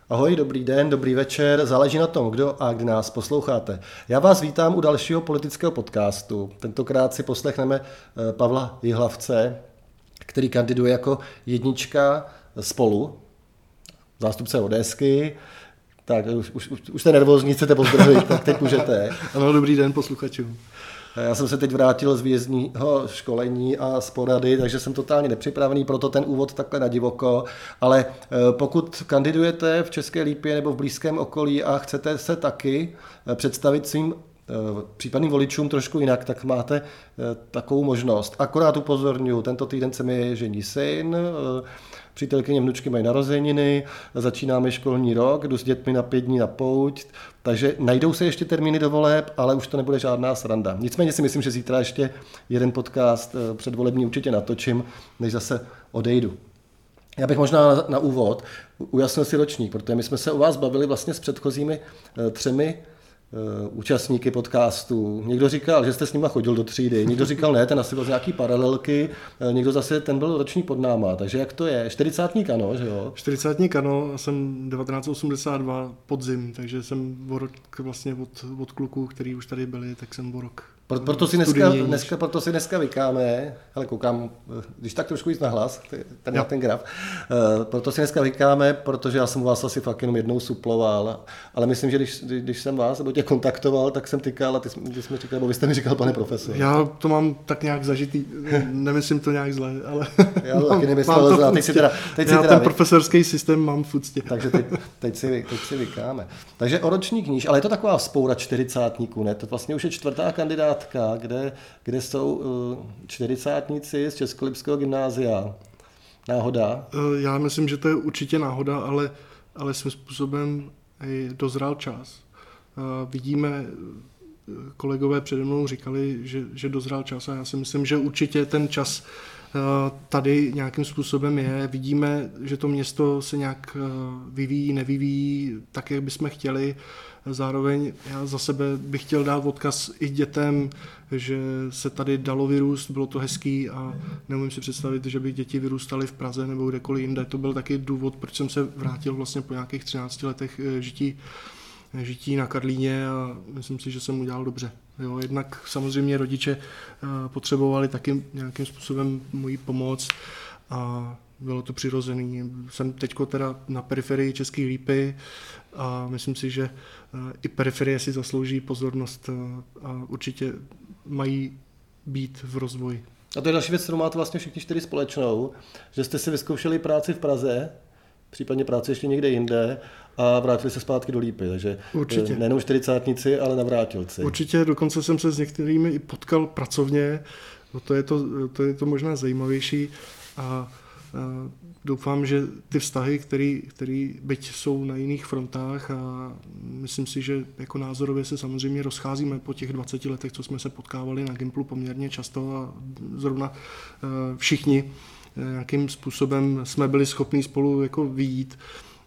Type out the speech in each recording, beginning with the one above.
Ahoj, dobrý den, dobrý večer, záleží na tom, kdo a kdy nás posloucháte. Já vás vítám u dalšího politického podcastu. Tentokrát si poslechneme Pavla Jihlavce, který kandiduje jako jednička Spolu, zástupce ODSky. Tak už jste nervózní, chcete pozdravit, tak teď můžete. Ano, dobrý den posluchačům. Já jsem se teď vrátil z výjezdního školení a z porady, takže jsem totálně nepřipravený, proto ten úvod takhle na divoko, ale pokud kandidujete v České Lípě nebo v blízkém okolí a chcete se taky představit svým případným voličům trošku jinak, tak máte takovou možnost. Akorát upozorňuji, tento týden se mi žení syn, přítelkyně vnučky mají narozeniny, začínáme školní rok, jdu s dětmi na 5 dní na pouť, takže najdou se ještě termíny do voleb, ale už to nebude žádná sranda. Nicméně si myslím, že zítra ještě jeden podcast předvolební určitě natočím, než zase odejdu. Já bych možná na úvod ujasnil si ročník, protože my jsme se u vás bavili vlastně s předchozími 3 účastníky podcastu. Někdo říkal, že jste s nima chodil do třídy, někdo říkal ne, ten asi byl z nějaký paralelky, někdo zase, ten byl ročník pod náma, takže jak to je? 40. ano, že jo? 40. ano, jsem 1982 podzim, takže jsem o rok vlastně od kluků, který už tady byli, tak jsem o rok. Proto si dneska vykáme, hele, koukám, když tak trošku víc nahlas, ten graf, proto si dneska vykáme, protože já jsem vás asi fakt jenom jednou suploval, ale myslím, že když jsem vás nebo tě kontaktoval, tak jsem tykal a ty jsi mi říkal, nebo vy jste mi říkal, pane profesor. Já to mám tak nějak zažitý, nemyslím to nějak zle, ale já to taky nemyslel zle, teď si ten profesorský systém mám v úctě. Takže teď si vykáme. Takže o ročník níž, ale je to taková vzpoura 40tníků, ne? To vlastně už je 4. kandidátka, kde jsou 40tníci z Českolipského gymnázia. Náhoda? Já myslím, že to je určitě náhoda, ale svým způsobem dozrál čas. Vidíme, kolegové přede mnou říkali, že dozrál čas a já si myslím, že určitě ten čas tady nějakým způsobem je. Vidíme, že to město se nějak vyvíjí, nevyvíjí tak, jak bychom chtěli. Zároveň já za sebe bych chtěl dát odkaz i dětem, že se tady dalo vyrůst, bylo to hezký a neumím si představit, že by děti vyrůstaly v Praze nebo kdekoliv jinde. To byl taky důvod, proč jsem se vrátil vlastně po nějakých 13 letech žití na Karlíně a myslím si, že jsem udělal dobře. Jo, jednak samozřejmě rodiče potřebovali taky nějakým způsobem moji pomoc a bylo to přirozený. Jsem teďko teda na periferii České Lípy a myslím si, že i periferie si zaslouží pozornost a určitě mají být v rozvoji. A to je další věc, kterou máte vlastně všichni 4 společnou, že jste si vyzkoušeli práci v Praze, případně práci ještě někde jinde a vrátili se zpátky do Lípy, takže určitě. Nejenom 40tníci, ale navrátilci. Určitě, dokonce jsem se s některými i potkal pracovně, to je to možná zajímavější a doufám, že ty vztahy, které byť jsou na jiných frontách a myslím si, že jako názorově se samozřejmě rozcházíme po těch 20 letech, co jsme se potkávali na Gimplu poměrně často a zrovna všichni nějakým způsobem jsme byli schopni spolu jako vyjít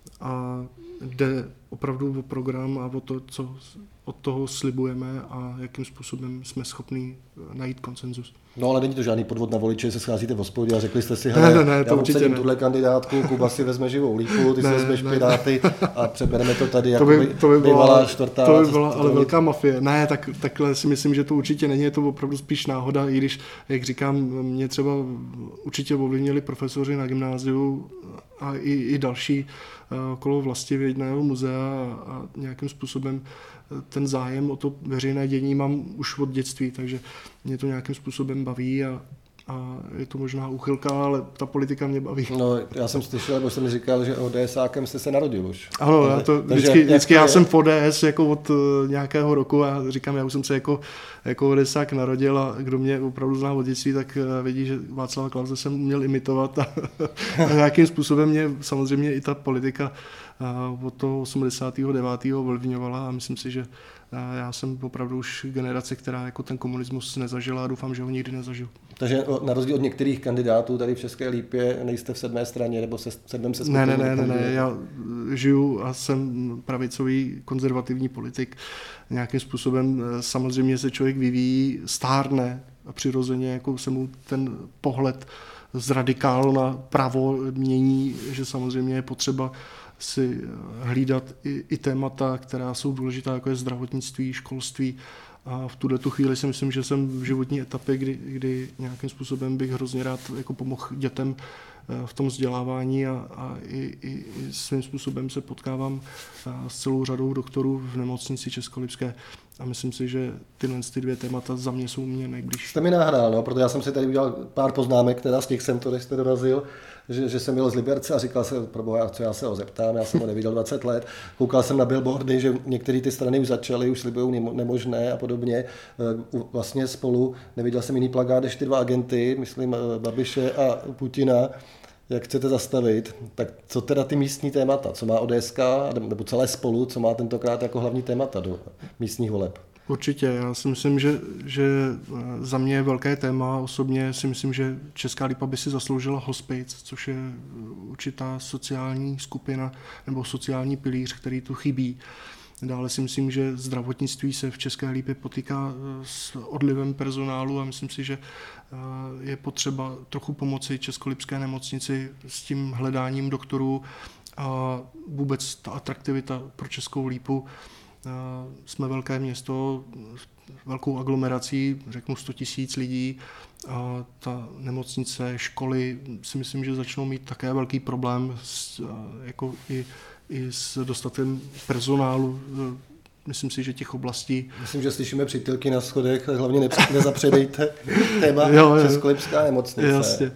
a jde opravdu o program a o to, co od toho slibujeme a jakým způsobem jsme schopni najít konsenzus. No ale není to žádný podvod na voliče, se scházíte v hospodě a řekli jste si, hele, ne, já obsadím tuhle kandidátku, Kuba si vezme živou Lípu, ty si vezmeš Piráty a přebereme to tady jako bývalá 4. To by byla ale velká mafie. Ne, takhle si myslím, že to určitě není, je to opravdu spíš náhoda, i když, jak říkám, mě třeba určitě ovlivnili profesoři na gymnáziu a i další okolo Vlastivědného muzea a nějakým způsobem ten zájem o to veřejné dění mám už od dětství, takže mě to nějakým způsobem baví a je to možná úchylka, ale ta politika mě baví. No, já jsem slyšel, nebo jsem mi říkal, že ODSákem jste se narodil už. Ano, vždycky já jsem v ODS jako od nějakého roku a říkám, já už jsem se jako ODSák narodil a kdo mě opravdu zná od dětství, tak vidí, že Václava Klause jsem uměl imitovat a nějakým způsobem mě samozřejmě i ta politika od toho 89. ovlivňovala a myslím si, že já jsem opravdu už generace, která jako ten komunismus nezažila a doufám, že ho nikdy nezažil. Takže na rozdíl od některých kandidátů tady v České Lípě nejste v 7. straně nebo se 7. se skupinou? Ne, já žiju a jsem pravicový konzervativní politik. Nějakým způsobem samozřejmě se člověk vyvíjí, stárne a přirozeně jako se mu ten pohled z radikálu na pravo mění, že samozřejmě je potřeba si hlídat i témata, která jsou důležitá, jako je zdravotnictví, školství. A v tuto chvíli si myslím, že jsem v životní etapě, kdy nějakým způsobem bych hrozně rád jako pomohl dětem v tom vzdělávání a i svým způsobem se potkávám s celou řadou doktorů v nemocnici Českolipské a myslím si, že tyhle dvě témata za mě jsou mě nejbližší. Jste mi nahrál, no, protože já jsem si tady udělal pár poznámek, teda z těch jsem to, než jste dorazil, že jsem jel z Liberce a říkal jsem, proboha, co já se ho zeptám, já jsem ho neviděl 20 let. Koukal jsem na billboardy, že některé ty strany už začaly, už slibují nemožné a podobně. Vlastně spolu neviděl jsem jiný plakát, než ty dva agenty, myslím Babiše a Putina. Jak chcete zastavit, tak co teda ty místní témata, co má ODS, nebo celé Spolu, co má tentokrát jako hlavní témata do místních voleb? Určitě, já si myslím, že za mě je velké téma. Osobně si myslím, že Česká Lípa by si zasloužila hospic, což je určitá sociální skupina nebo sociální pilíř, který tu chybí. Dále si myslím, že zdravotnictví se v České Lípě potýká s odlivem personálu a myslím si, že je potřeba trochu pomoci Českolipské nemocnici s tím hledáním doktorů a vůbec ta atraktivita pro Českou Lípu. Jsme velké město, velkou aglomerací, řeknu 100 000 lidí a ta nemocnice, školy si myslím, že začnou mít také velký problém jako i s dostatkem personálu. Myslím si, že těch oblastí... Myslím, že slyšíme přítelky na schodech, hlavně nezapředejte téma Českolipská nemocnice. Jasně.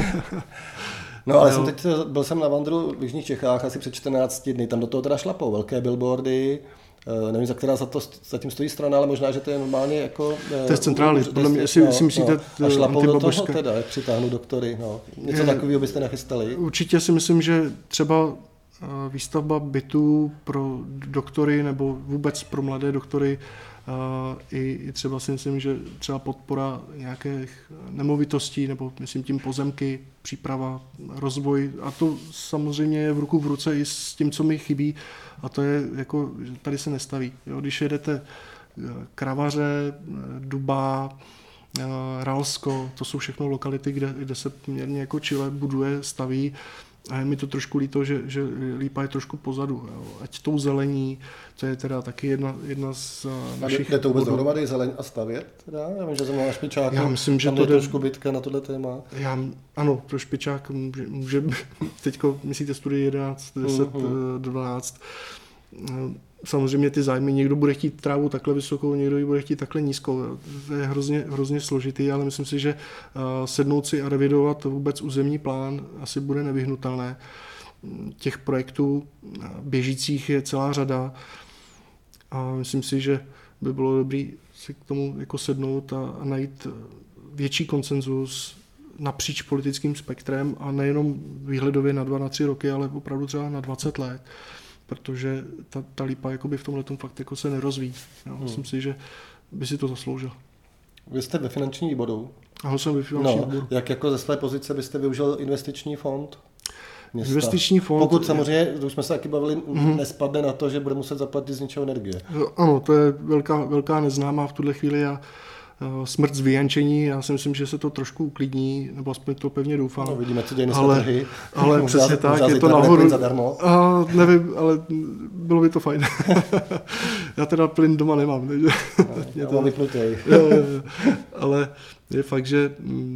No ale byl jsem na vandru v Jižních Čechách asi před 14 dny, tam do toho teda šlapou velké billboardy, nevím, za která zatím stojí strana, ale možná, že to je normálně jako... To je z centrály, podle mě, si myslíte... A šlapou do toho teda, jak přitáhnu doktory, no. Něco takového byste nachystali? Určitě si myslím, že třeba výstavba bytů pro doktory nebo vůbec pro mladé doktory i třeba si myslím, že třeba podpora nějakých nemovitostí nebo myslím tím pozemky, příprava, rozvoj a to samozřejmě je v ruku v ruce i s tím, co mi chybí a to je jako, tady se nestaví. Jo, když jedete Kravaře, Dubá, Ralsko, to jsou všechno lokality, kde se poměrně jako čile buduje, staví. A je mi to trošku líto, že Lípa je trošku pozadu. Jo. Ať tou zelení, to je teda taky jedna z našich... Jde to vůbec dohromady zeleň a stavět? Teda? Já vím, že jsem na Špičáku, já myslím, že tam to je trošku bitka na tohle téma. Ano, pro Špičák může teďko, myslíte, studii 11, 10, 12. Samozřejmě ty zájmy, někdo bude chtít trávu takhle vysokou, někdo ji bude chtít takhle nízkou. To je hrozně složitý, ale myslím si, že sednout si a revidovat vůbec územní plán asi bude nevyhnutelné. Těch projektů běžících je celá řada a myslím si, že by bylo dobré si k tomu jako sednout a najít větší konsenzus napříč politickým spektrem a nejenom výhledově na 2, na 3 roky, ale opravdu třeba na 20 let. Protože ta Lípa jakoby v tomhletom fakt jako se nerozvíjí. Myslím si, že by si to zasloužil. Vy jste ve finanční výboru. Ano, jsem ve finanční výboru. Jak jako ze své pozice byste využil investiční fond? Města. Investiční fond... Pokud samozřejmě, už jsme se taky bavili, nespadne na to, že bude muset zaplatit z ničeho energie. Ano, to je velká neznámá v tuhle chvíli a smrt z vyjančení, já si myslím, že se to trošku uklidní, nebo aspoň to pevně doufám. No, vidíme, co děje dneska trhy. Ale přesně tak, je to nahoru. Nevím, ale bylo by to fajn. Já teda plyn doma nemám. Takže já mám vypnutý. Ale je fakt, že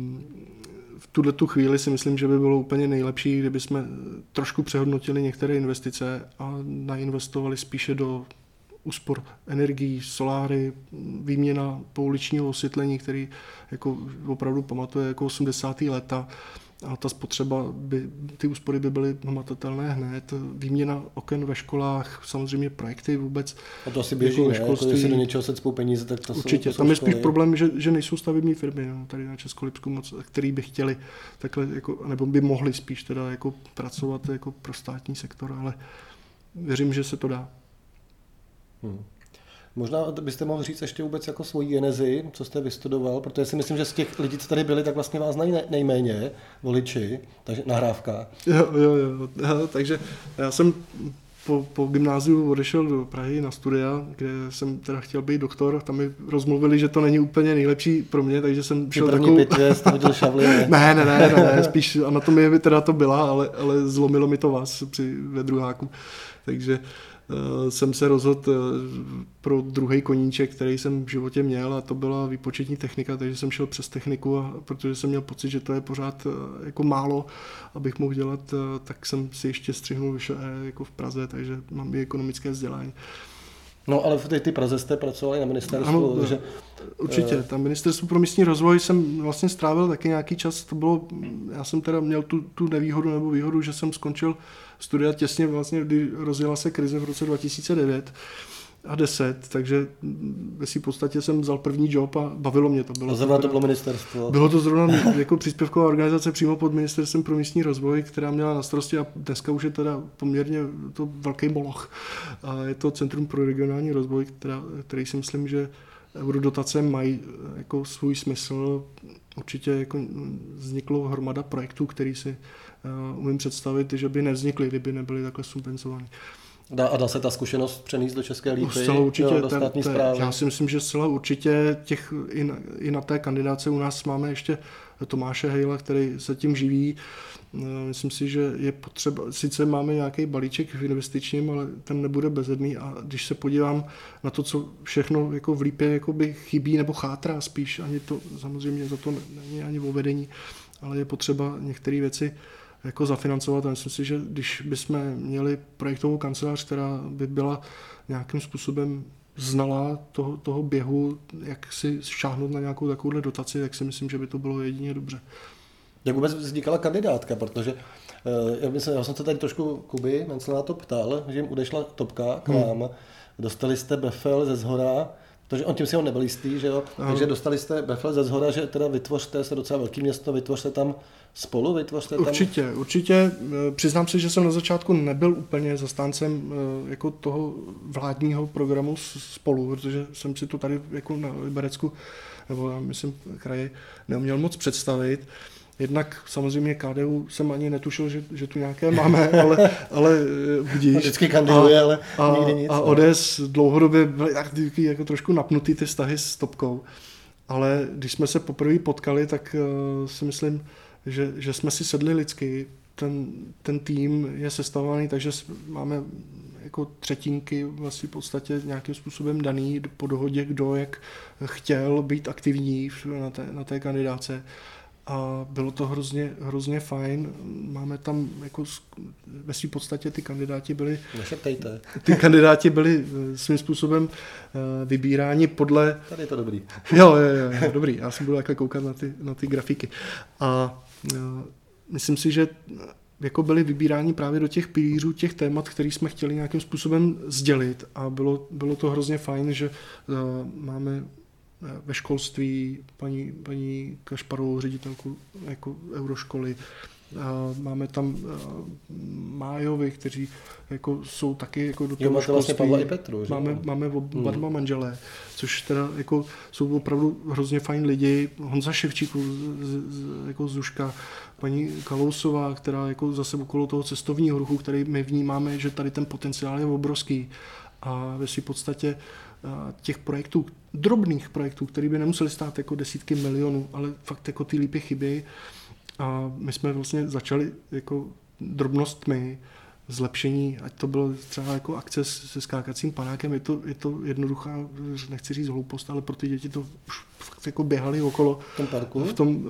v tuto chvíli si myslím, že by bylo úplně nejlepší, kdyby jsme trošku přehodnotili některé investice a nainvestovali spíše do úspor energií, soláry, výměna pouličního osvětlení, který jako opravdu pamatuje jako 80. léta a ta spotřeba, ty úspory by byly hmatatelné hned. Výměna oken ve školách, samozřejmě projekty vůbec. A to asi běží, jako ne? Jestli do něčeho secpou peníze, tak to určitě. Jsou tam je spíš problém, že nejsou stavební firmy, no, tady na Českolipsku moc, který by chtěli takhle, jako, nebo by mohli spíš teda jako pracovat jako pro státní sektor, ale věřím, že se to dá. Možná byste mohl říct ještě vůbec jako svoji genezi, co jste vystudoval, protože si myslím, že z těch lidí, co tady byli, tak vlastně vás znají nejméně voliči, takže nahrávka. Jo, takže já jsem po gymnáziu odešel do Prahy na studia, kde jsem teda chtěl být doktor. Tam mi rozmluvili, že to není úplně nejlepší pro mě, takže jsem šel takovou... pitvě jste hodil šavli, ne? Ne, spíš anatomie by teda to byla, ale zlomilo mi to vás ve druháku. Takže jsem se rozhodl pro druhý koníček, který jsem v životě měl, a to byla výpočetní technika, takže jsem šel přes techniku, a protože jsem měl pocit, že to je pořád jako málo, abych mohl dělat, tak jsem si ještě střihnul jako v Praze, takže mám i ekonomické vzdělání. No ale v té Praze jste pracovali na ministerstvu, ano, takže... Určitě, tam ministerstvu pro místní rozvoj jsem vlastně strávil taky nějaký čas, to bylo, já jsem teda měl tu nevýhodu nebo výhodu, že jsem skončil studia těsně vlastně, kdy rozjela se krize v roce 2009 a 10, takže ve svým podstatě jsem vzal první job a bavilo mě to. A zrovna to bylo ministerstvo? Bylo to zrovna jako příspěvková organizace přímo pod ministerstvem pro místní rozvoj, která měla na starosti, a dneska už je teda poměrně to velký moloch. A je to Centrum pro regionální rozvoj, který si myslím, že eurodotace mají jako svůj smysl. Určitě jako vzniklo hromada projektů, který si umím představit, že by nevznikly, kdyby nebyly takhle subvencovaný. A dá se ta zkušenost přenést do České Lípy? Zcela určitě. Do státní správy? Já si myslím, že zcela určitě i na té kandidáce u nás máme ještě Tomáše Hejla, který se tím živí. Myslím si, že je potřeba, sice máme nějaký balíček v investičním, ale ten nebude bezedný, a když se podívám na to, co všechno jako v Lípě jakoby chybí nebo chátrá spíš, ani to samozřejmě za to není ani o vedení, ale je potřeba některé věci jako zafinancovat, a myslím si, že když bychom měli projektovou kancelář, která by byla nějakým způsobem znala toho běhu, jak si šáhnout na nějakou takovouhle dotaci, tak si myslím, že by to bylo jedině dobře. Jak vůbec vznikala kandidátka, protože já jsem se tady trošku Kuby Mencla na to ptal, že jim odešla topka k vám, dostali jste befel ze zhora, protože on tím si ho nebyl jistý, že jo? Takže dostali jste befel ze zhora, že teda vytvořte se docela velké město, vytvořte tam spolu, vytvořte tam... Určitě. Přiznám se, že jsem na začátku nebyl úplně zastáncem jako toho vládního programu spolu, protože jsem si to tady jako na Liberecku, nebo já myslím kraji, neuměl moc představit. Jednak samozřejmě KDU jsem ani netušil, že tu nějaké máme, ale budíš. Vždycky kandiduje, ale nikdy nic. A ODS dlouhodobě byly jako trošku napnutý ty vztahy s topkou. Ale když jsme se poprvé potkali, tak si myslím, že jsme si sedli lidsky. Ten tým je sestavovaný, takže máme jako třetínky vlastně v podstatě nějakým způsobem daný po dohodě, kdo jak chtěl být aktivní na té kandidáce. A bylo to hrozně fajn. Máme tam jako ve své podstatě ty kandidáti byli svým způsobem vybíráni podle... Tady je to dobrý. Jo, dobrý. Já jsem budu takhle koukat na ty grafiky. A myslím si, že jako byli vybíráni právě do těch pilířů, těch témat, které jsme chtěli nějakým způsobem sdělit. A bylo to hrozně fajn, že máme ve školství paní Kašparovou, ředitelku jako euroškoly. Máme tam Májovi, kteří jako jsou taky jako do toho školství. Vlastně Pavla i Petru, že? Máme oba dva manželé, což teda jako jsou opravdu hrozně fajn lidi. Honza Ševčík jako Zuška, paní Kalousová, která jako zase okolo toho cestovního ruchu, který my vnímáme, že tady ten potenciál je obrovský. A ve své podstatě těch projektů, drobných projektů, které by nemusely stát jako desítky milionů, ale fakt jako ty Lípy chybějí. A my jsme vlastně začali jako drobnostmi, zlepšení, ať to bylo třeba jako akce se skákacím panákem, je to jednoduchá, nechci říct hloupost, ale pro ty děti to už fakt jako běhali okolo v tom parku?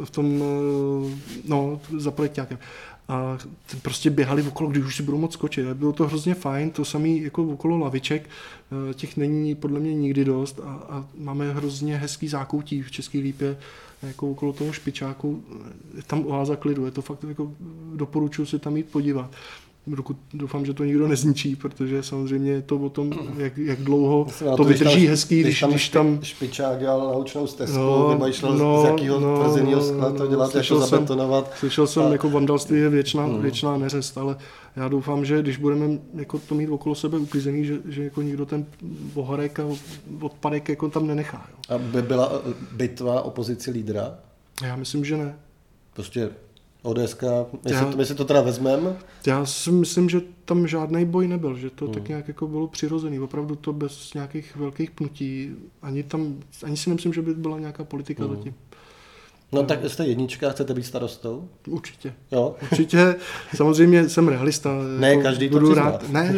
Za projekťákem. A prostě běhali okolo, když už si budou moc skočit. Bylo to hrozně fajn, to samé jako okolo laviček, těch není podle mě nikdy dost a máme hrozně hezký zákoutí v České Lípě, jako okolo toho špičáku, je tam oáza klidu, je to fakt jako doporučuji si tam jít podívat. Doufám, že to nikdo nezničí, protože samozřejmě je to o tom, jak dlouho to vydrží hezký, když tam... Špičák dělal naučnou stezku, nebo šlo z jakého tvrzeného skla to dělat, jak to zabetonovat. Slyšel jsem, jako vandalství je věčná neřest, ale já doufám, že když budeme jako to mít okolo sebe uklizený, že jako nikdo ten boharek a odpadek jako tam nenechá. Jo. A by byla bitva opozici lídra? Já myslím, že ne. Prostě ODSka, my si to teda vezmeme? Já si myslím, že tam žádný boj nebyl, že to tak nějak jako bylo přirozený, opravdu to bez nějakých velkých pnutí, ani si nemyslím, že by byla nějaká politika zatím. No tak jste jednička, chcete být starostou? Určitě. Jo? Určitě, samozřejmě jsem realista. Ne, jako každý to přizná. Ne,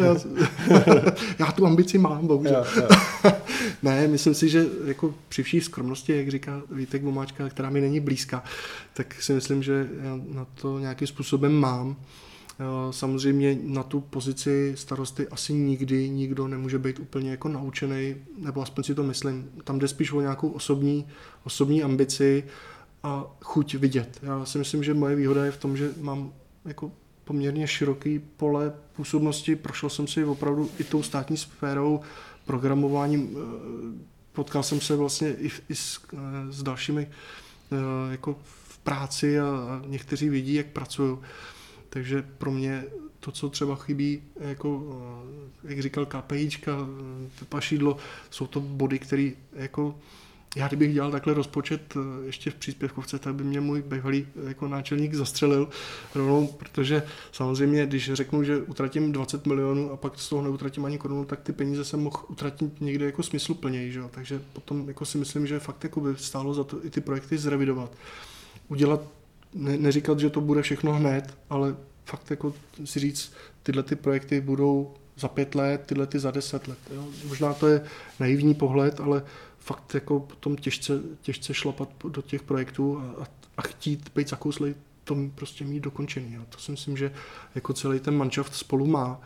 já tu ambici mám, bohužel. Jo. Ne, myslím si, že jako při vší skromnosti, jak říká Vítek Vomáčka, která mi není blízká, tak si myslím, že já na to nějakým způsobem mám. Samozřejmě na tu pozici starosty asi nikdy nikdo nemůže být úplně jako naučený, nebo aspoň si to myslím. Tam jde spíš o nějakou osobní ambici a chuť vidět. Já si myslím, že moje výhoda je v tom, že mám jako poměrně široký pole působnosti, prošel jsem si opravdu i tou státní sférou, programováním, potkal jsem se vlastně i s dalšími jako v práci a někteří vidí, jak pracuju. Takže pro mě to, co třeba chybí, jako, jak říkal KPIčka, Pepa Šídlo, jsou to body, které jako já kdybych dělal takhle rozpočet ještě v příspěvkovce, tak by mě můj bývalý jako náčelník zastřelil rovnou, protože samozřejmě, když řeknu, že utratím 20 milionů a pak z toho neutratím ani korunu, tak ty peníze jsem mohl utratit někde jako smysluplněji, že jo? Takže potom jako si myslím, že fakt jako by stálo za to i ty projekty zrevidovat. Udělat, neříkat, že to bude všechno hned, ale fakt jako si říct, tyhle ty projekty budou za 5 let, tyhle ty za 10 let. Jo? Možná to je naivní pohled, ale fakt jako potom těžce šlapat do těch projektů a chtít být zakouslej, to prostě mít dokončený. Jo. To si myslím, že jako celý ten manšaft spolu má.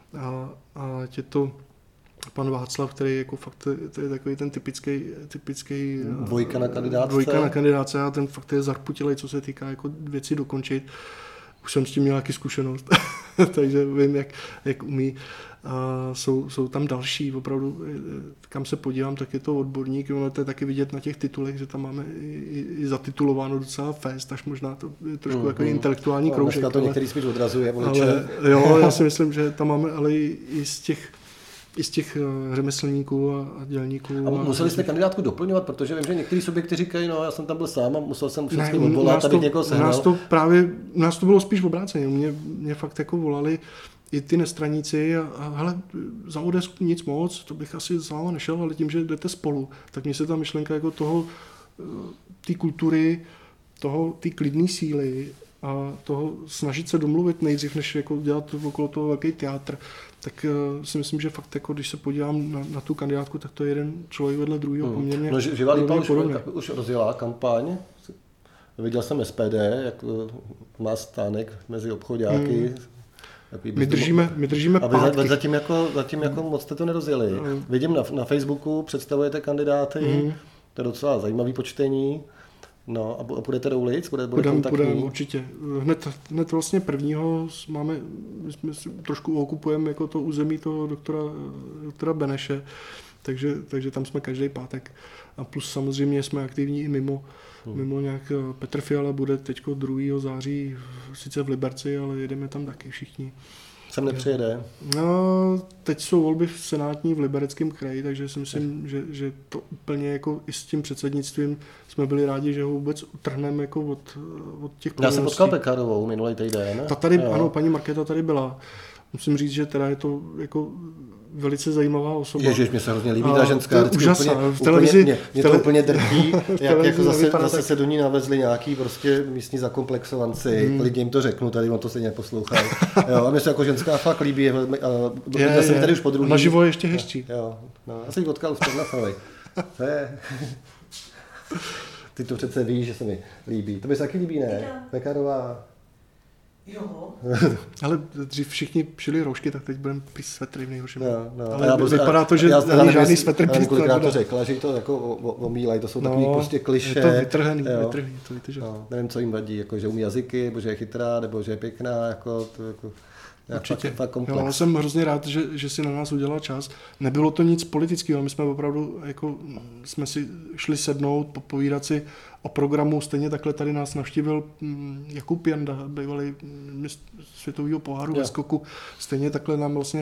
A je to pan Václav, který jako fakt to je takový ten typický dvojka na kandidátce a ten fakt je zarputilej, co se týká jako věci dokončit. Už jsem s tím měl nějaký zkušenost, takže vím, jak umí. A jsou tam další, opravdu, kam se podívám, tak je to odborník, ono to je taky vidět na těch titulech, že tam máme i zatitulováno docela fest, až možná to je trošku jako intelektuální kroužek. Dneska to některý spíš odrazuje. Ale, jo, já si myslím, že tam máme ale i z těch řemeslníků a dělníků. A museli jste kandidátku doplňovat, protože vím, že některý subjekty říkají, no já jsem tam byl sám a musel jsem všechny odvolat, abych někoho sehnal. U nás to bylo spíš obráceně. Mě fakt jako volali i ty nestraníci a hele, za ODS nic moc, to bych asi s váma nešel, ale tím, že jdete spolu, tak mně se ta myšlenka jako toho, té kultury, té klidné síly a toho snažit se domluvit nejdřív, než jako dělat okolo toho velký teátr, tak si myslím, že fakt jako, když se podívám na tu kandidátku, tak to je jeden člověk vedle druhého poměrně. No, Živá Lípa už rozjela kampaň. Viděl jsem SPD, jak má stánek mezi obchoďáky. My držíme a vy zatím jako moc jste to nerozjeli. Vidím na Facebooku, představujete kandidáty, to je docela zajímavý počtení. No a půjdete do ulic? Budeme určitě. Hned vlastně prvního my si trošku okupujeme jako to území toho doktora Beneše, takže tam jsme každý pátek. A plus samozřejmě jsme aktivní i mimo nějak. Petr Fiala bude teďko 2. září sice v Liberci, ale jedeme tam taky všichni. Sem nepřijede? No, teď jsou volby v senátní v Libereckém kraji, takže si myslím, že to úplně jako i s tím předsednictvím jsme byli rádi, že ho vůbec utrhneme jako od těch povinností. Já jsem potkal Pekarovou minulý týden. Ta tady, ano, paní Markéta tady byla. Musím říct, že teda je to jako velice zajímavá osoba. Ježiš, mě se hrozně líbí ta ženská. To je úžasná. V televizi mě to úplně drtí, jak jako zase se do ní navezli nějaký prostě místní zakomplexovanci. Lidi jim to řeknu, tady on to se neposlouchají. Jo, a mě se jako ženská fakt líbí. Já jsem tady už podruhý. Naživo je ještě hezčí. Jo, no, já jsem ji potkal u Strnafovej. Ty to přece víš, že se mi líbí. To by se taky líbí, ne? Pekarová. Jo. Ale dřív všichni šili roušky, tak teď budeme pít svetry v nejhorším. No. Ale vypadá to, že není žádný svetr pít. Kolikrát to řekla, že to jako omílají, to jsou takový prostě klišé. Je to vytrhaný, to víte, že? No, nevím, co jim vadí, jako, že umí jazyky, nebo že je chytrá, nebo že je pěkná, jako to jako... Určitě. Fakt komplex. Jo, jsem hrozně rád, že si na nás udělal čas. Nebylo to nic politického, my jsme opravdu jako, jsme si šli sednout, popovídat si o programu. Stejně takhle tady nás navštívil Jakub Janda, bývalý světového poháru ve skoku. Stejně takhle nám vlastně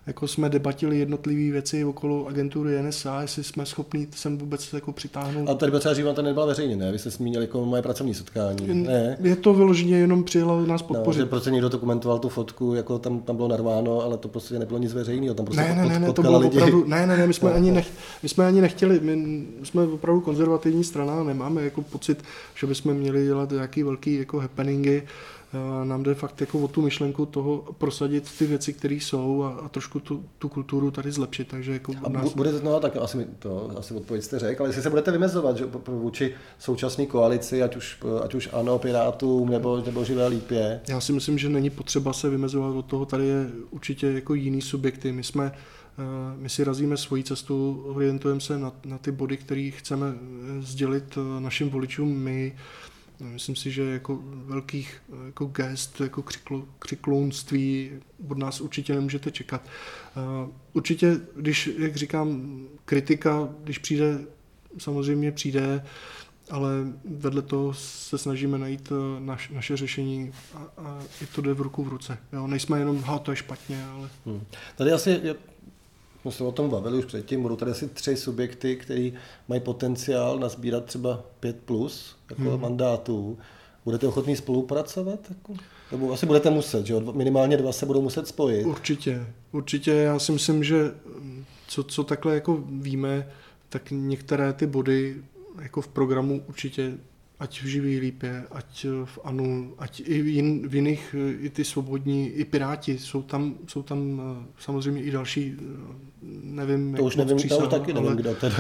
jako jsme debatili jednotlivé věci okolo agentury NSA, jestli jsme schopni sem vůbec jako přitáhnout. A ta debata říkám, to nebyla veřejně, ne? Vy jste zmínili jako moje pracovní setkání. Ne? Je to vyloženě jenom přijela nás podpořit. No, že prostě někdo to komentoval tu fotku, jako tam bylo narváno, ale to prostě nebylo nic veřejného, tam prostě ne, to bylo lidi. Opravdu, ne, my jsme ani nechtěli, my jsme opravdu konzervativní strana, nemáme jako pocit, že bychom měli dělat nějaký velký jako happeningy. Nám jde fakt jako o tu myšlenku toho prosadit ty věci, které jsou a trošku tu kulturu tady zlepšit. Takže jako budete, no tak asi odpověď jste řekl, ale jestli se budete vymezovat, že vůči současné koalici, ať už ANO, Pirátům nebo Živé lípě? Já si myslím, že není potřeba se vymezovat od toho, tady je určitě jako jiný subjekty. My si razíme svoji cestu, orientujeme se na ty body, které chceme sdělit našim voličům my. Myslím si, že jako velkých jako gest, jako křiklounství od nás určitě nemůžete čekat. Určitě, když, jak říkám, kritika, když přijde, samozřejmě přijde, ale vedle toho se snažíme najít naše řešení a i to jde v ruku v ruce. Jo, nejsme jenom, to je špatně, ale... Tady asi jsme se o tom bavili už předtím, budou tady asi 3 subjekty, který mají potenciál nazbírat třeba 5+ jako mandátů. Budete ochotní spolupracovat? Jako? Nebo asi budete muset, že minimálně 2 se budou muset spojit. Určitě. Já si myslím, že co takhle jako víme, tak některé ty body jako v programu určitě, ať v Živý lípě, ať v ANO, ať i v jiných, i ty svobodní, i Piráti, jsou tam samozřejmě i další, nevím, to už nevím, to už taky nevím, kdo teda.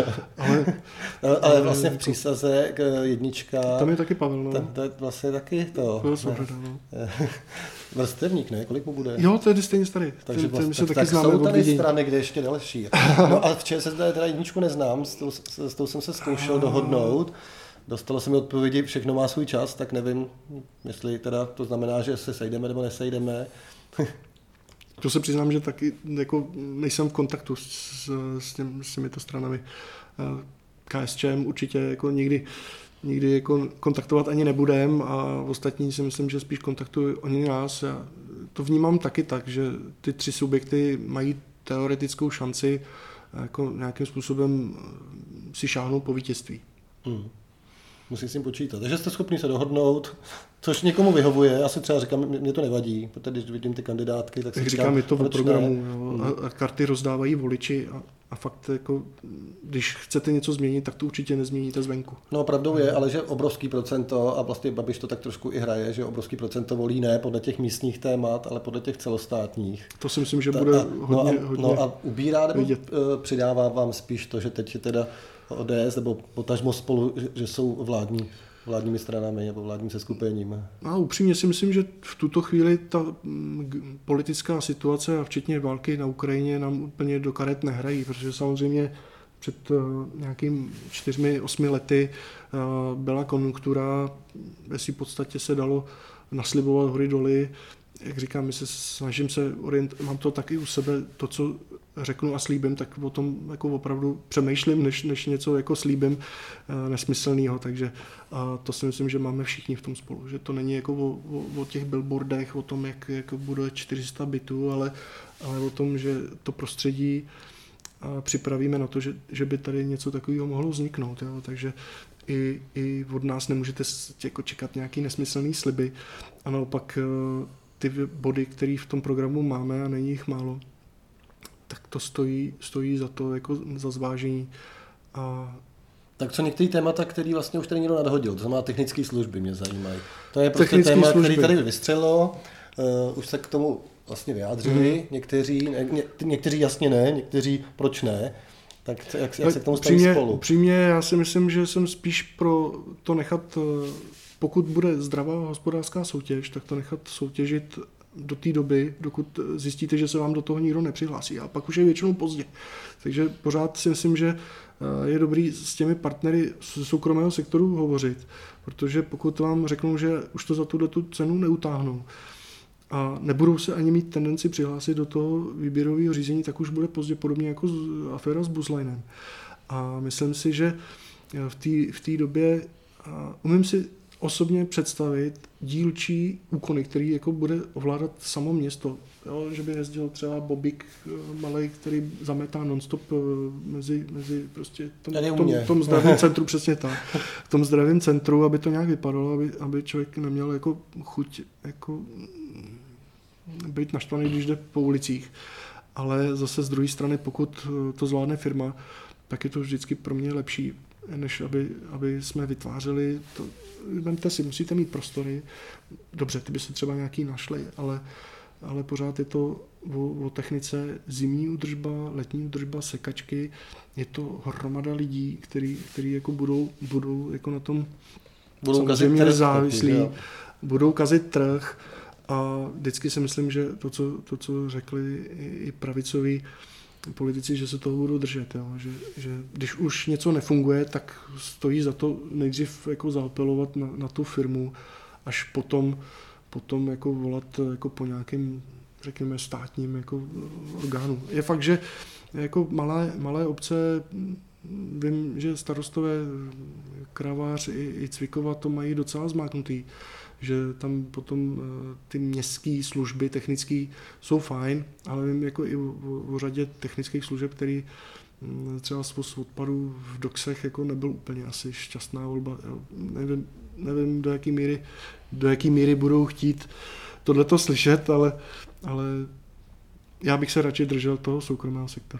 Ale vlastně v přísaze jednička. Tam je taky Pavel, no. To je vlastně taky to. Vrstevník, ne? Kolik mu bude? Jo, to je stejně starý. Takže tak jsou tady strany, kde ještě další. No a v ČSSD teda jedničku neznám, s tou jsem se zkoušel dohodnout. Dostalo se mi odpovědi, všechno má svůj čas, tak nevím, jestli teda to znamená, že se sejdeme nebo nesejdeme. To se přiznám, že taky jako nejsem v kontaktu s těmito stranami. KSČM určitě jako nikdy jako kontaktovat ani nebudem a ostatní si myslím, že spíš kontaktují oni nás. Já to vnímám taky tak, že ty 3 subjekty mají teoretickou šanci jako nějakým způsobem si šáhnout po vítězství. Musí s tím počítat. Takže jste schopni se dohodnout, což někomu vyhovuje. Já si třeba říkám, mě to nevadí, protože když vidím ty kandidátky, tak si říkám, je to v programu. A karty rozdávají voliči a fakt jako, když chcete něco změnit, tak to určitě nezměníte zvenku. No pravdou je, ale že obrovský procento, a vlastně Babiš to tak trošku i hraje, že obrovský procento volí ne podle těch místních témat, ale podle těch celostátních. To si myslím, že bude hodně No a ubírá nebo přidává vám spíš to, že teď je teda ODS nebo potažmo Spolu, že jsou vládními stranami nebo vládním seskupením? A upřímně si myslím, že v tuto chvíli ta politická situace a včetně války na Ukrajině nám úplně do karet nehrají, protože samozřejmě před nějakým 4-8 lety byla konjunktura, jestli v podstatě se dalo naslibovat hory doly. Jak říkám, snažím se mám to taky u sebe, to, co řeknu a slíbím, tak o tom jako opravdu přemýšlím, než něco jako slíbím nesmyslného, takže to si myslím, že máme všichni v tom spolu, že to není jako o těch billboardech, o tom, jak bude 400 bytů, ale o tom, že to prostředí připravíme na to, že by tady něco takového mohlo vzniknout, jo? Takže i od nás nemůžete jako čekat nějaký nesmyslný sliby a naopak ty body, které v tom programu máme a není jich málo, tak to stojí za to jako za zvážení. Tak co některé témata, který vlastně už tady někdo nadhodil, to znamená technické služby mě zajímají. To je prostě téma, který tady vystřelilo, už se k tomu vlastně vyjádřili, někteří jasně ne, někteří proč ne, tak jak se k tomu staví spolu? Upřímně, já si myslím, že jsem spíš pro to nechat, pokud bude zdravá hospodářská soutěž, tak to nechat soutěžit do té doby, dokud zjistíte, že se vám do toho nikdo nepřihlásí. A pak už je většinou pozdě. Takže pořád si myslím, že je dobrý s těmi partnery z soukromého sektoru hovořit, protože pokud vám řeknou, že už to za tu cenu neutáhnou a nebudou se ani mít tendenci přihlásit do toho výběrového řízení, tak už bude pozdě, podobně jako aféra s Buslinem. A myslím si, že v té době umím si osobně představit dílčí úkony, který jako bude ovládat samo město. Jo, že by jezdil třeba Bobík malej, který zametá nonstop mezi prostě tom zdravém centru, přesně tak. V tom zdravém centru, aby to nějak vypadalo, aby člověk neměl jako chuť jako být naštvaný, když jde po ulicích. Ale zase z druhé strany, pokud to zvládne firma, tak je to vždycky pro mě lepší, než aby jsme vytvářeli to. Vemte si, musíte mít prostory. Dobře, ty by se třeba nějaký našli, ale pořád je to o technice zimní údržba, letní údržba, sekačky. Je to hromada lidí, který jako budou jako na tom samozřejmě závislí, budou kazit trh. A vždycky si myslím, že to, co řekli i pravicoví politici, že se toho budou držet. Jo? Že když už něco nefunguje, tak stojí za to nejdřív jako zaapelovat na tu firmu, až potom jako volat jako po nějakém, řekněme, státním jako orgánu. Je fakt, že jako malé obce, vím, že starostové Kravář i Cvikova to mají docela zmáknutý, že tam potom ty městské služby technické jsou fajn, ale vím jako i o řadě technických služeb, který třeba z odpadů v Doxech jako nebyl úplně asi šťastná volba. Nevím do jaký míry budou chtít tohleto slyšet, ale já bych se radši držel toho soukromého sektoru.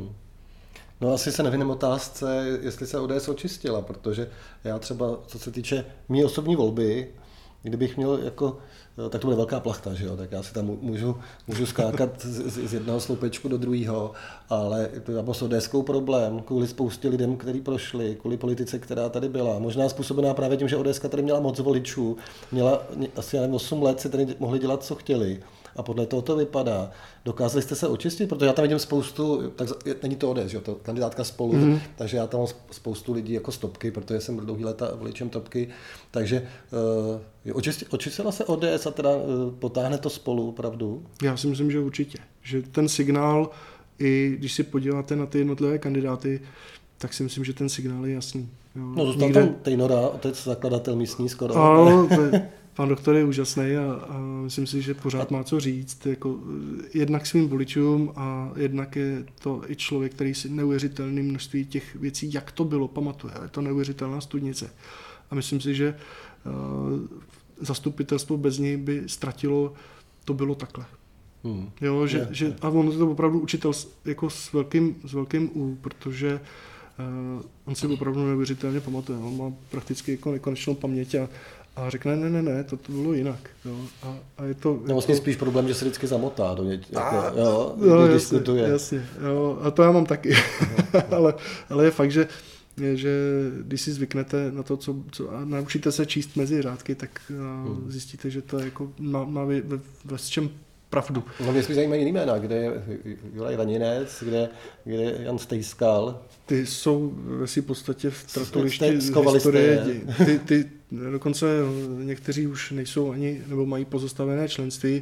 No asi se nevyhnem otázce, jestli se ODS očistila, protože já třeba, co se týče mý osobní volby, kdybych měl jako, tak to bude velká plachta, že jo, tak já si tam můžu skákat z jednoho sloupečku do druhého, ale já mám s ODSkou problém kvůli spoustě lidem, kteří prošli, kvůli politice, která tady byla. Možná způsobená právě tím, že ODSka tady měla moc voličů, měla asi 8 let, si tady mohli dělat, co chtěli. A podle toho to vypadá. Dokázali jste se očistit? Protože já tam vidím spoustu, tak není to ODS, že? To kandidátka Spolu, takže já tam mám spoustu lidí jako stopky, protože jsem byl dlouhý léta voličem topky. Takže očistila se ODS a teda potáhne to Spolu, pravdu? Já si myslím, že určitě. Že ten signál, i když si podíváte na ty jednotlivé kandidáty, tak si myslím, že ten signál je jasný. Jo. No zůstal tam Tejnora, otec zakladatel místní skoro. Ano, pan doktor je úžasný a myslím si, že pořád má co říct. Jako, jednak svým voličům a jednak je to i člověk, který si neuvěřitelné množství těch věcí, jak to bylo, pamatuje. Je to neuvěřitelná studnice. A myslím si, že zastupitelstvo bez něj by ztratilo, to bylo takhle. Jo, a on je to opravdu učitel jako s velkým U, protože on si opravdu neuvěřitelně pamatuje. On má prakticky jako nekonečnou paměť a řekne, ne, to bylo jinak. Jo. A je to... No vlastně spíš problém, že se vždycky zamotá do něčeho, když diskutuje. Jasně, jo, a to já mám taky. ale je fakt, že když si zvyknete na to, co a naučíte se číst mezi řádky, tak zjistíte, že to je jako má ve čem pravdu. No mě spíš zajímají jiný jména, kde je Juraj Raninec, kde je Jan Stejskal. Ty jsou ve své podstatě v tratolišti historie. Ty dokonce někteří už nejsou ani, nebo mají pozastavené členství.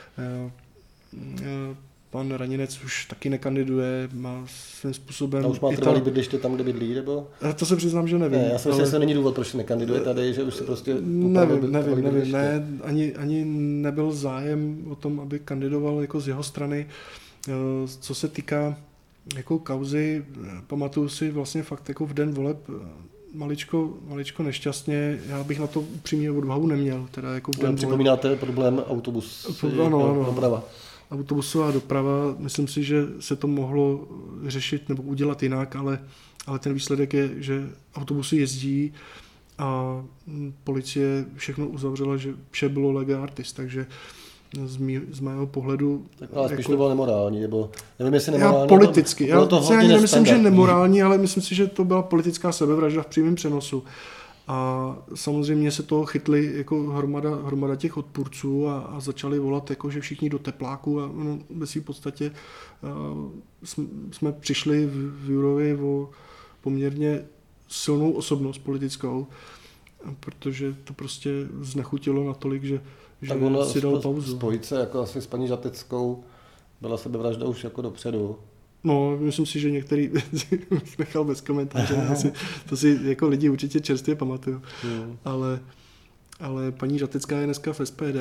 Pan Raninec už taky nekandiduje, má svým způsobem... A už má trvalý bydliště tam, kde bydlí, nebo? To se přiznám, že nevím. Ne, já si myslím, že není důvod, proč nekandiduje tady, že už se prostě... Nevím, ani nebyl zájem o tom, aby kandidoval jako z jeho strany. Co se týká jako kauzy, pamatuju si vlastně fakt jako v den voleb maličko nešťastně, já bych na to upřímně odvahu neměl. Teda jako v den připomínáte problém doprava. Autobusová doprava, myslím si, že se to mohlo řešit nebo udělat jinak, ale ten výsledek je, že autobusy jezdí a policie všechno uzavřela, že vše bylo lege artis, takže z mého pohledu... Tak ale spíš to bylo nemorální, nebo nevím, jestli nemorální... Já politicky, já si ani nemyslím, že nemorální, ale myslím si, že to byla politická sebevražda v přímém přenosu. A samozřejmě se toho chytli jako hromada těch odpůrců a začali volat, jako, že všichni do tepláku a ve svým podstatě jsme přišli v Jurovi o poměrně silnou osobnost politickou, protože to prostě znechutilo natolik, že si dal pauzu. Spojit se jako asi s paní Žateckou byla sebevražda už jako dopředu. No, myslím si, že některý bych nechal bez komentáře. To si jako lidi určitě čerstvě pamatuju. Ale ale paní Žatecká je dneska v SPD,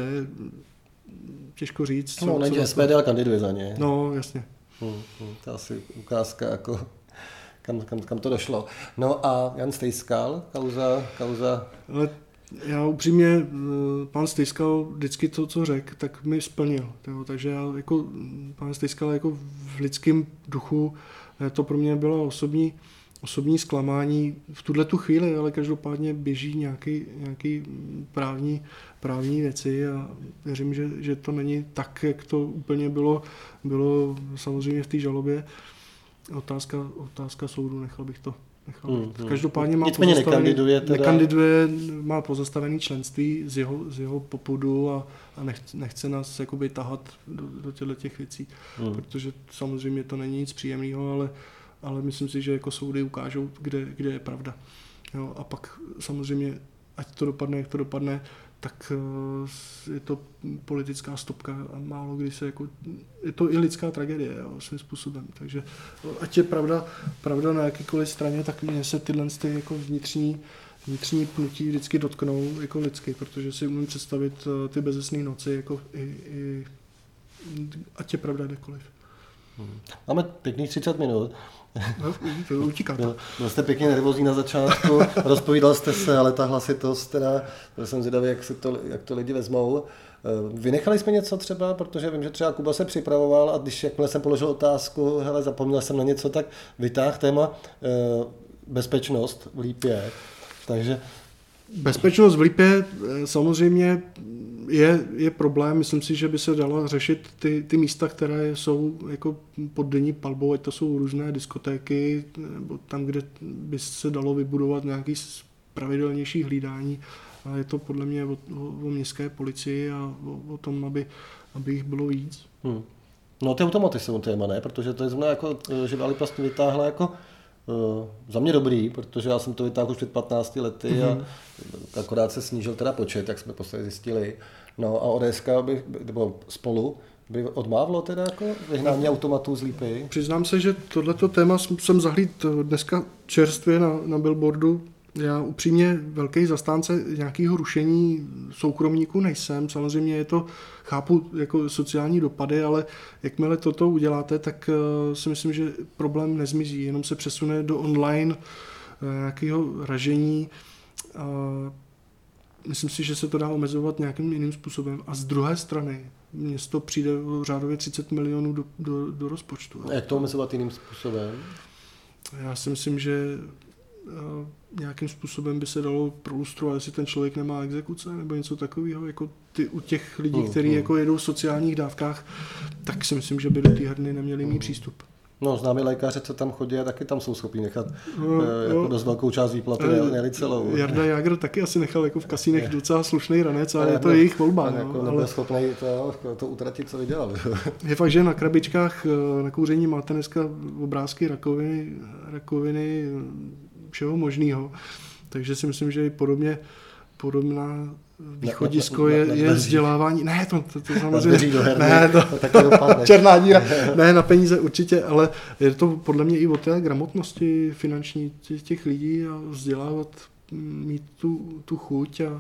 těžko říct. No, není SPD, ale kandiduje za ně. No, jasně. To je asi ukázka, jako kam to došlo. No a Jan Stejskal, kauza... Ale já upřímně, pán Stejskal vždycky to, co řekl, tak mi splnil. Takže já jako pán Stejskal jako v lidském duchu, to pro mě bylo osobní zklamání v tuhletu chvíli, ale každopádně běží nějaký právní věci a věřím, že to není tak, jak to úplně bylo samozřejmě v té žalobě. Otázka soudu, nechal bych to. Každopádně nekandiduje, má pozastavený členství z jeho popudu a nechce nás jakoby tahat do těch věcí, protože samozřejmě to není nic příjemného, ale myslím si, že jako soudy ukážou, kde je pravda. Jo, a pak samozřejmě, ať to dopadne, jak to dopadne, tak je to politická stopka a málo kdy se jako, je to i lidská tragédie, jo, svým způsobem. Takže ať je pravda na jakékoliv straně, tak mě se tyhle jako vnitřní pnutí vždycky dotknou jako lidsky, protože si umím představit ty bezesné noci, jako i ať je pravda kdekoliv. Máme pěkných 30 minut. No, to utíká to. Byl jste pěkně nervózní na začátku, rozpovídal jste se, ale ta hlasitost, teda, jsem zvědavý, jak to lidi vezmou. Vynechali jsme něco třeba, protože vím, že třeba Kuba se připravoval a jakmile jsem položil otázku, hele, zapomněl jsem na něco, tak vytáhl téma bezpečnost v Lípě. Takže... Bezpečnost v Lípě samozřejmě je problém. Myslím si, že by se dalo řešit ty místa, které jsou jako pod denní palbou, ať to jsou různé diskotéky, nebo tam, kde by se dalo vybudovat nějaký pravidelnější hlídání. A je to podle mě o městské policii a o tom, aby jich bylo víc. No ty automaty jsou téma, ne? Protože to je znamená, jako, že Lípa vlastně vytáhla jako za mě dobrý, protože já jsem to vytáhl už před 15 lety a akorát se snížil teda počet, jak jsme posledně zjistili. No a ODS nebo Spolu by odmávlo teda jako vyhnání automatů z Lípy? Přiznám se, že tohleto téma jsem zahlídl dneska čerstvě na billboardu. Já upřímně velký zastánce nějakého rušení soukromníků nejsem. Samozřejmě je to, chápu jako sociální dopady, ale jakmile toto uděláte, tak si myslím, že problém nezmizí, jenom se přesune do online nějakého ražení. Myslím si, že se to dá omezovat nějakým jiným způsobem. A z druhé strany město přijde řádově 30 milionů do rozpočtu. A jak to omezovat jiným způsobem? Já si myslím, že nějakým způsobem by se dalo prolustrovat, jestli ten člověk nemá exekuce nebo něco takového, jako u těch lidí, kteří jako jedou v sociálních dávkách, tak si myslím, že by do té herny neměli mít přístup. No, známí lékaře, co tam chodí a taky tam jsou schopni nechat jako dost velkou část výplaty, ne celou. Jarda Jágr taky asi nechal jako v kasínech docela slušný ranec, ale je to jejich volba. Jako nebyl schopný to utratit, co vydělal. Je fakt, že na krabičkách na kouření máte dneska obrázky rakoviny všeho možného. Takže si myslím, že podobná východisko je vzdělávání. Ne, to samozřejmě. Ne, černá díra. Ne, na peníze určitě, ale je to podle mě i o té gramotnosti finanční těch lidí a vzdělávat, mít tu chuť a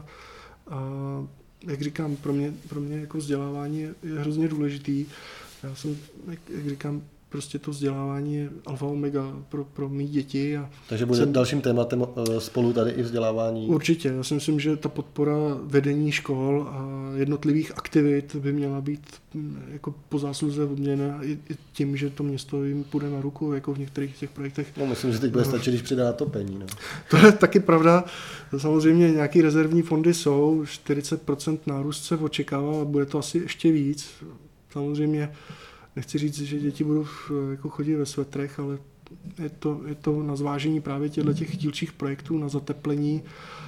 jak říkám, pro mě jako vzdělávání je hrozně důležitý. Já jsem, jak říkám, prostě to vzdělávání je alfa omega pro mý děti. Takže bude dalším tématem Spolu tady i vzdělávání? Určitě. Já si myslím, že ta podpora vedení škol a jednotlivých aktivit by měla být jako po zásluze obměna i tím, že to město jim půjde na ruku, jako v některých těch projektech. No, myslím, že teď bude stačit, když přidá topení. No. To je taky pravda. Samozřejmě nějaký rezervní fondy jsou, 40% nárůst se očekává a bude to asi ještě víc. Samozřejmě nechci říct, že děti budou jako chodit ve svetrech, ale je to na zvážení právě těch dílčích projektů na zateplení.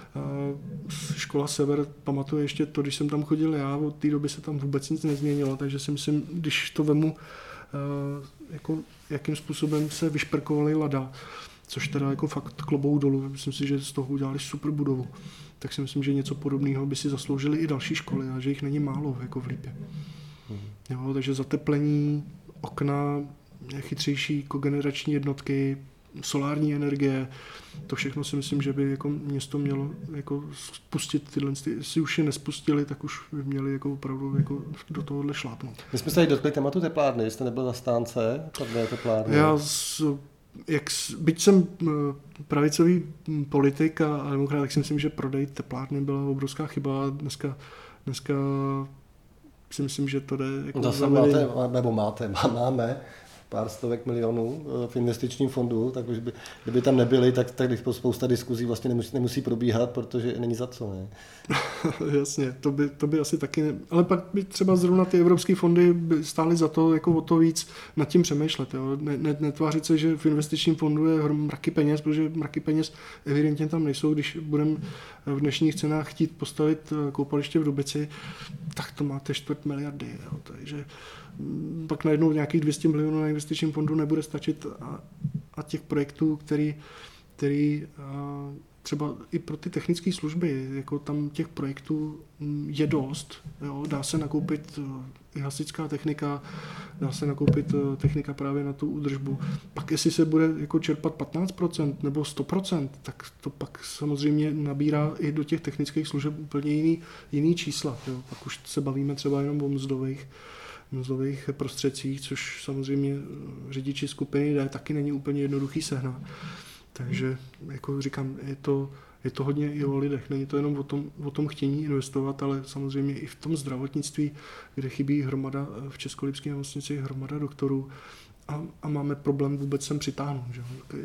Škola Sever, pamatuje ještě to, když jsem tam chodil já, od té doby se tam vůbec nic nezměnilo, takže si myslím, když to vemu, jako, jakým způsobem se vyšperkovaly Lada, což teda jako fakt klobouk dolů, myslím si, že z toho udělali super budovu, tak si myslím, že něco podobného by si zasloužili i další školy a že jich není málo jako v Lípě. Jo, takže zateplení, okna, chytřejší kogenerační jednotky, solární energie, to všechno si myslím, že by jako město mělo jako spustit tyhle, jestli už je nespustili, tak už by měli jako opravdu jako do tohohle šlápnout. My jsme se tady dotkli tématu teplárny, jste nebyl zastánce té teplárny? Byť jsem pravicový politik a demokrat, tak si myslím, že prodej teplárny byla obrovská chyba. Dneska si myslím, že to jde jako zase máme pár stovek milionů v investičním fondu, tak už kdyby tam nebyli, tak spousta diskuzí vlastně nemusí probíhat, protože není za co. Ne? Jasně, to by asi taky ale pak by třeba zrovna ty evropské fondy by stály za to jako o to víc nad tím přemýšlet. Jo? Netvářit se, že v investičním fondu je mraky peněz, protože mraky peněz evidentně tam nejsou. Když budeme v dnešních cenách chtít postavit koupaliště v Dubici, tak to máte 250 miliardy. Jo? Takže pak najednou nějakých 200 milionů na investičním fondu nebude stačit a těch projektů, který třeba i pro ty technické služby, jako tam těch projektů je dost, jo? Dá se nakoupit i hasičská technika, dá se nakoupit technika právě na tu údržbu. Pak jestli se bude jako čerpat 15% nebo 100%, tak to pak samozřejmě nabírá i do těch technických služeb úplně jiný čísla. Jo? Pak už se bavíme třeba jenom o mzdových prostředcích, což samozřejmě řidiči skupiny D taky není úplně jednoduchý sehnat. Takže, jako říkám, je to hodně i o lidech. Není to jenom o tom chtění investovat, ale samozřejmě i v tom zdravotnictví, kde chybí v Českolipské nemocnici hromada doktorů a máme problém vůbec sem přitáhnout. Že?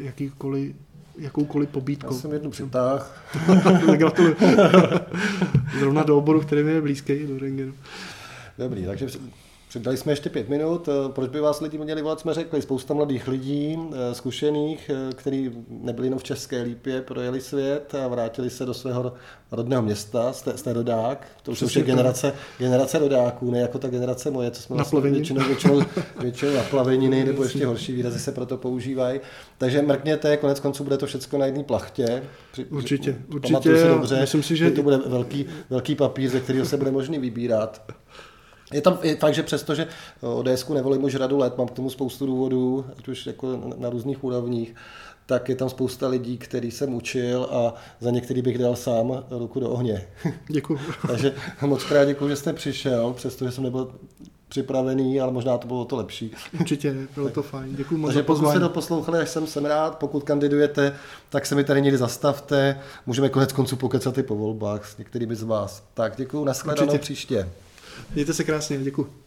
Jakoukoliv pobídkou. Já jsem jednu přitáhl. Gratuluju. Zrovna do oboru, který mi je blízký, do rentgenu. Dobrý, takže přidali jsme ještě 5 minut. Proč by vás lidi měli volat, jsme řekli. Spousta mladých lidí, zkušených, kteří nebyli jenom v České Lípě, projeli svět a vrátili se do svého rodného města. Jste rodák, to už je generace rodáků, ne jako ta generace moje, co jsme vlastně většinou na plaveniny, nebo ještě horší výrazy se proto používají. Takže mrkněte, konec konců bude to všechno na jedné plachtě. Určitě. Pamatuju si dobře, myslím si, že to bude velký papír, ze kterého se bude možný vybírat. Je tam fakt, že přesto, že ODSku nevolím už řadu let, mám k tomu spoustu důvodů, ať už jako na různých úrovních, tak je tam spousta lidí, který jsem učil a za některý bych dal sám ruku do ohně. Děkuju. Takže moc krát děkuju, že jste přišel, přestože jsem nebyl připravený, ale možná to bylo to lepší. Určitě, bylo to fajn. Děkuju moc za pozvání. Takže pokud jste doposlouchali, až jsem rád, pokud kandidujete, tak se mi tady někdy zastavte, můžeme konec konců pokecat i po volbách s některými z vás. Tak děkuju, nashledanou příště. Mějte se krásně, děkuji.